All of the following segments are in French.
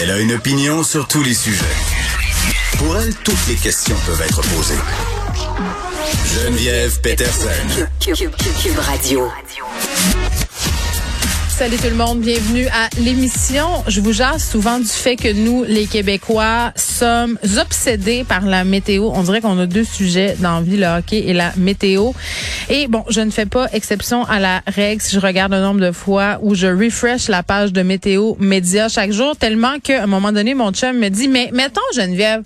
Elle a une opinion sur tous les sujets. Pour elle, toutes les questions peuvent être posées. Geneviève Peterson. Cube Radio. Salut tout le monde, bienvenue à l'émission. Je vous jase souvent du fait que nous, les Québécois, sommes obsédés par la météo. On dirait qu'on a deux sujets dans la vie, le hockey et la météo. Et bon, je ne fais pas exception à la règle si je regarde le nombre de fois où je refresh la page de Météo Média chaque jour, tellement qu'à un moment donné, mon chum me dit, mais mettons Geneviève,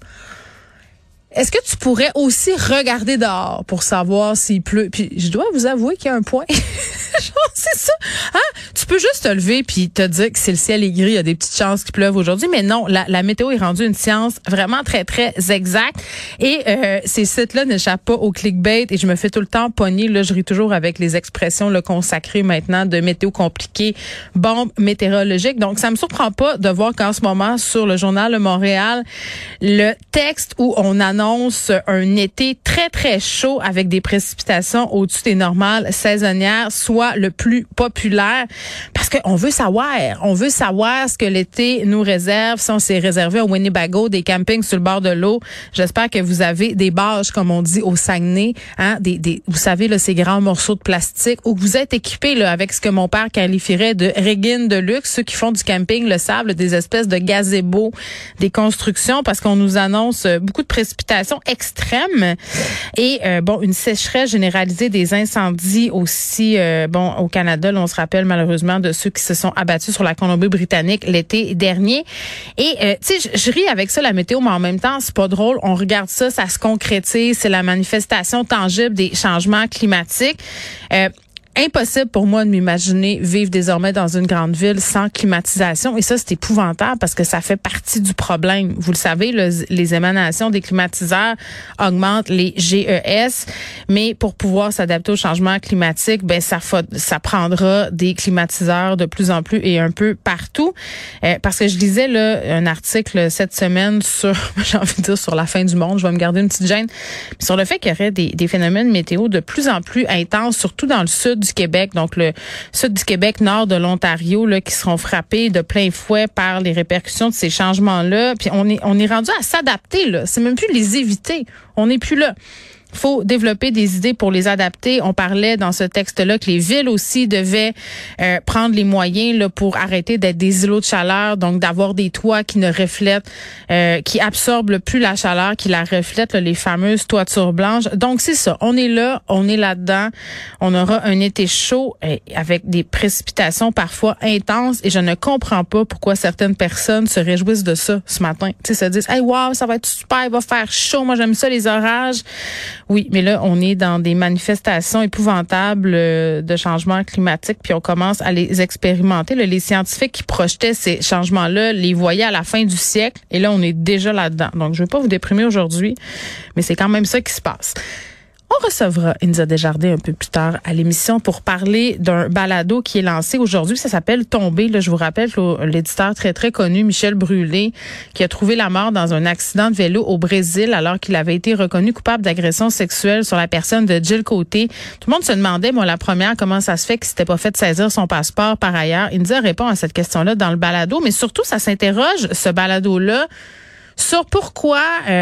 est-ce que tu pourrais aussi regarder dehors pour savoir s'il pleut? Puis je dois vous avouer qu'il y a un point. C'est ça. Hein? Tu peux juste te lever puis te dire que si le ciel est gris, il y a des petites chances qu'il pleuve aujourd'hui. Mais non, la météo est rendue une science vraiment très, très exacte. Et ces sites-là n'échappent pas au clickbait. Et je me fais tout le temps pogner. Là, je ris toujours avec les expressions là, consacrées maintenant de météo compliquée, bombe météorologique. Donc, ça me surprend pas de voir qu'en ce moment, sur le journal de Montréal, le texte où on annonce un été très, très chaud avec des précipitations au-dessus des normales saisonnières soit le plus populaire parce qu'on veut savoir ce que l'été nous réserve. Si on s'est réservé au Winnebago, des campings sur le bord de l'eau, j'espère que vous avez des bâches, comme on dit au Saguenay, hein, vous savez, là, ces grands morceaux de plastique, ou que vous êtes équipés là, avec ce que mon père qualifierait de régine de luxe. Ceux qui font du camping le savent, là, des espèces de gazebos, des constructions, parce qu'on nous annonce beaucoup de précipitations extrêmes et une sécheresse généralisée, des incendies aussi au Canada. Là, on se rappelle malheureusement de ceux qui se sont abattus sur la Colombie-Britannique l'été dernier. Et tu sais, je ris avec ça la météo, mais en même temps, c'est pas drôle. On regarde ça, ça se concrétise, c'est la manifestation tangible des changements climatiques. Impossible pour moi de m'imaginer vivre désormais dans une grande ville sans climatisation. Et ça, c'est épouvantable parce que ça fait partie du problème. Vous le savez, les émanations des climatiseurs augmentent les GES. Mais pour pouvoir s'adapter au changement climatique, ça prendra des climatiseurs de plus en plus et un peu partout. Parce que je lisais là un article cette semaine sur, j'ai envie de dire, sur la fin du monde. Je vais me garder une petite gêne. Sur le fait qu'il y aurait des phénomènes météo de plus en plus intenses, surtout dans le sud du Québec, donc le sud du Québec, nord de l'Ontario, là, qui seront frappés de plein fouet par les répercussions de ces changements-là. Puis on est rendu à s'adapter, là. C'est même plus les éviter. On n'est plus là. Faut développer des idées pour les adapter. On parlait dans ce texte-là que les villes aussi devaient prendre les moyens là pour arrêter d'être des îlots de chaleur, donc d'avoir des toits qui ne reflètent, qui absorbent plus la chaleur, qui la reflètent, là, les fameuses toitures blanches. Donc c'est ça, on est là, on est là-dedans. On aura un été chaud avec des précipitations parfois intenses et je ne comprends pas pourquoi certaines personnes se réjouissent de ça ce matin. Tu sais, se disent, hey wow, ça va être super, il va faire chaud, moi j'aime ça les orages. Oui, mais là, on est dans des manifestations épouvantables de changements climatiques, puis on commence à les expérimenter. Là, les scientifiques qui projetaient ces changements-là les voyaient à la fin du siècle, et là, on est déjà là-dedans. Donc, je ne veux pas vous déprimer aujourd'hui, mais c'est quand même ça qui se passe. On recevra Inza Desjardins un peu plus tard à l'émission pour parler d'un balado qui est lancé aujourd'hui. Ça s'appelle Tomber. Là, je vous rappelle que l'éditeur très, très connu, Michel Brûlé, qui a trouvé la mort dans un accident de vélo au Brésil alors qu'il avait été reconnu coupable d'agression sexuelle sur la personne de Jill Côté. Tout le monde se demandait, moi, la première, comment ça se fait qu'il s'était pas fait saisir son passeport par ailleurs. Inza répond à cette question-là dans le balado, mais surtout, ça s'interroge, ce balado-là, sur pourquoi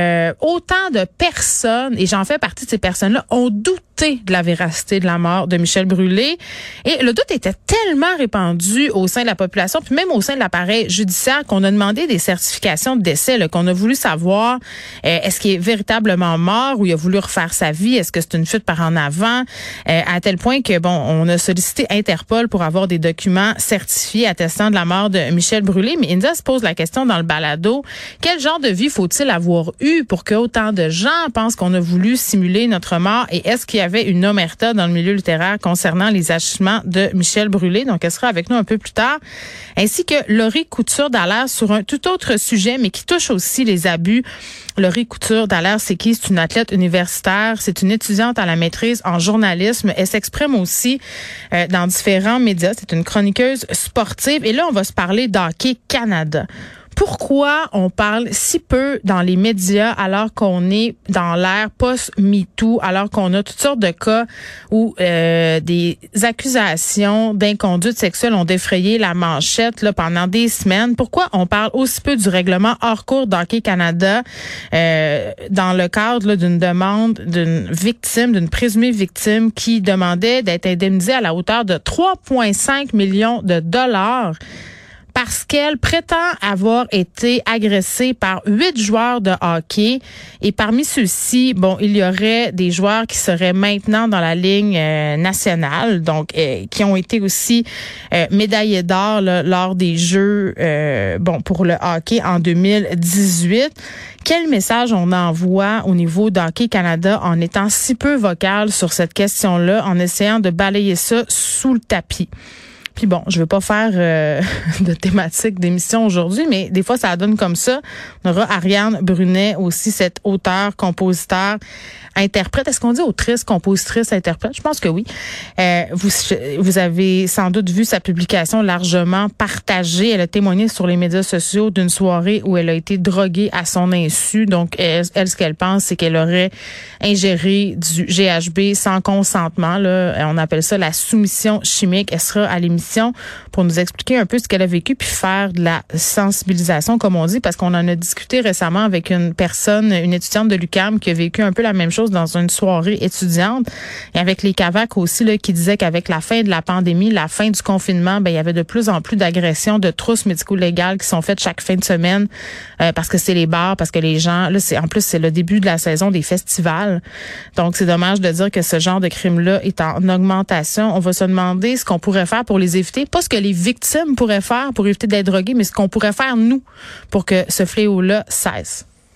autant de personnes, et j'en fais partie de ces personnes-là, ont douté de la véracité de la mort de Michel Brûlé. Et le doute était tellement répandu au sein de la population, puis même au sein de l'appareil judiciaire, qu'on a demandé des certifications de décès, là, qu'on a voulu savoir est-ce qu'il est véritablement mort ou il a voulu refaire sa vie, est-ce que c'est une fuite par en avant, à tel point que, on a sollicité Interpol pour avoir des documents certifiés attestant de la mort de Michel Brûlé. Mais Inza se pose la question dans le balado, quel genre de vie faut-il avoir eu pour que autant de gens pensent qu'on a voulu simuler notre mort, et est-ce qu'il y avait une omerta dans le milieu littéraire concernant les agissements de Michel Brûlé? Donc, elle sera avec nous un peu plus tard. Ainsi que Laurie Couture-Dallaire sur un tout autre sujet, mais qui touche aussi les abus. Laurie Couture-Dallaire, c'est qui? C'est une athlète universitaire. C'est une étudiante à la maîtrise en journalisme. Elle s'exprime aussi dans différents médias. C'est une chroniqueuse sportive. Et là, on va se parler d'Hockey Canada. Pourquoi on parle si peu dans les médias alors qu'on est dans l'ère post-MeToo, alors qu'on a toutes sortes de cas où des accusations d'inconduite sexuelle ont défrayé la manchette là, pendant des semaines? Pourquoi on parle aussi peu du règlement hors cours d'Hockey Canada dans le cadre là, d'une demande d'une victime, d'une présumée victime qui demandait d'être indemnisée à la hauteur de 3,5 millions de dollars parce qu'elle prétend avoir été agressée par 8 joueurs de hockey. Et parmi ceux-ci, bon, il y aurait des joueurs qui seraient maintenant dans la ligne nationale, donc qui ont été aussi médaillés d'or là, lors des Jeux pour le hockey en 2018. Quel message on envoie au niveau d'Hockey Canada en étant si peu vocal sur cette question-là, en essayant de balayer ça sous le tapis? Puis bon, je veux pas faire de thématique d'émission aujourd'hui, mais des fois, ça donne comme ça. On aura Ariane Brunet aussi, cette auteure, compositeur, interprète. Est-ce qu'on dit autrice, compositrice, interprète? Je pense que oui. Vous avez sans doute vu sa publication largement partagée. Elle a témoigné sur les médias sociaux d'une soirée où elle a été droguée à son insu. Donc, elle ce qu'elle pense, c'est qu'elle aurait ingéré du GHB sans consentement. Là, on appelle ça la soumission chimique. Elle sera à l'émission pour nous expliquer un peu ce qu'elle a vécu puis faire de la sensibilisation, comme on dit, parce qu'on en a discuté récemment avec une étudiante de l'UQAM qui a vécu un peu la même chose dans une soirée étudiante, et avec les CAVAC aussi là, qui disaient qu'avec la fin de la pandémie, la fin du confinement, il y avait de plus en plus d'agressions, de trousses médico-légales qui sont faites chaque fin de semaine parce que c'est les bars, parce que les gens, là, c'est le début de la saison des festivals. Donc, c'est dommage de dire que ce genre de crime-là est en augmentation. On va se demander ce qu'on pourrait faire pour les éviter, pas ce que les victimes pourraient faire pour éviter d'être droguées, mais ce qu'on pourrait faire, nous, pour que ce fléau-là cesse.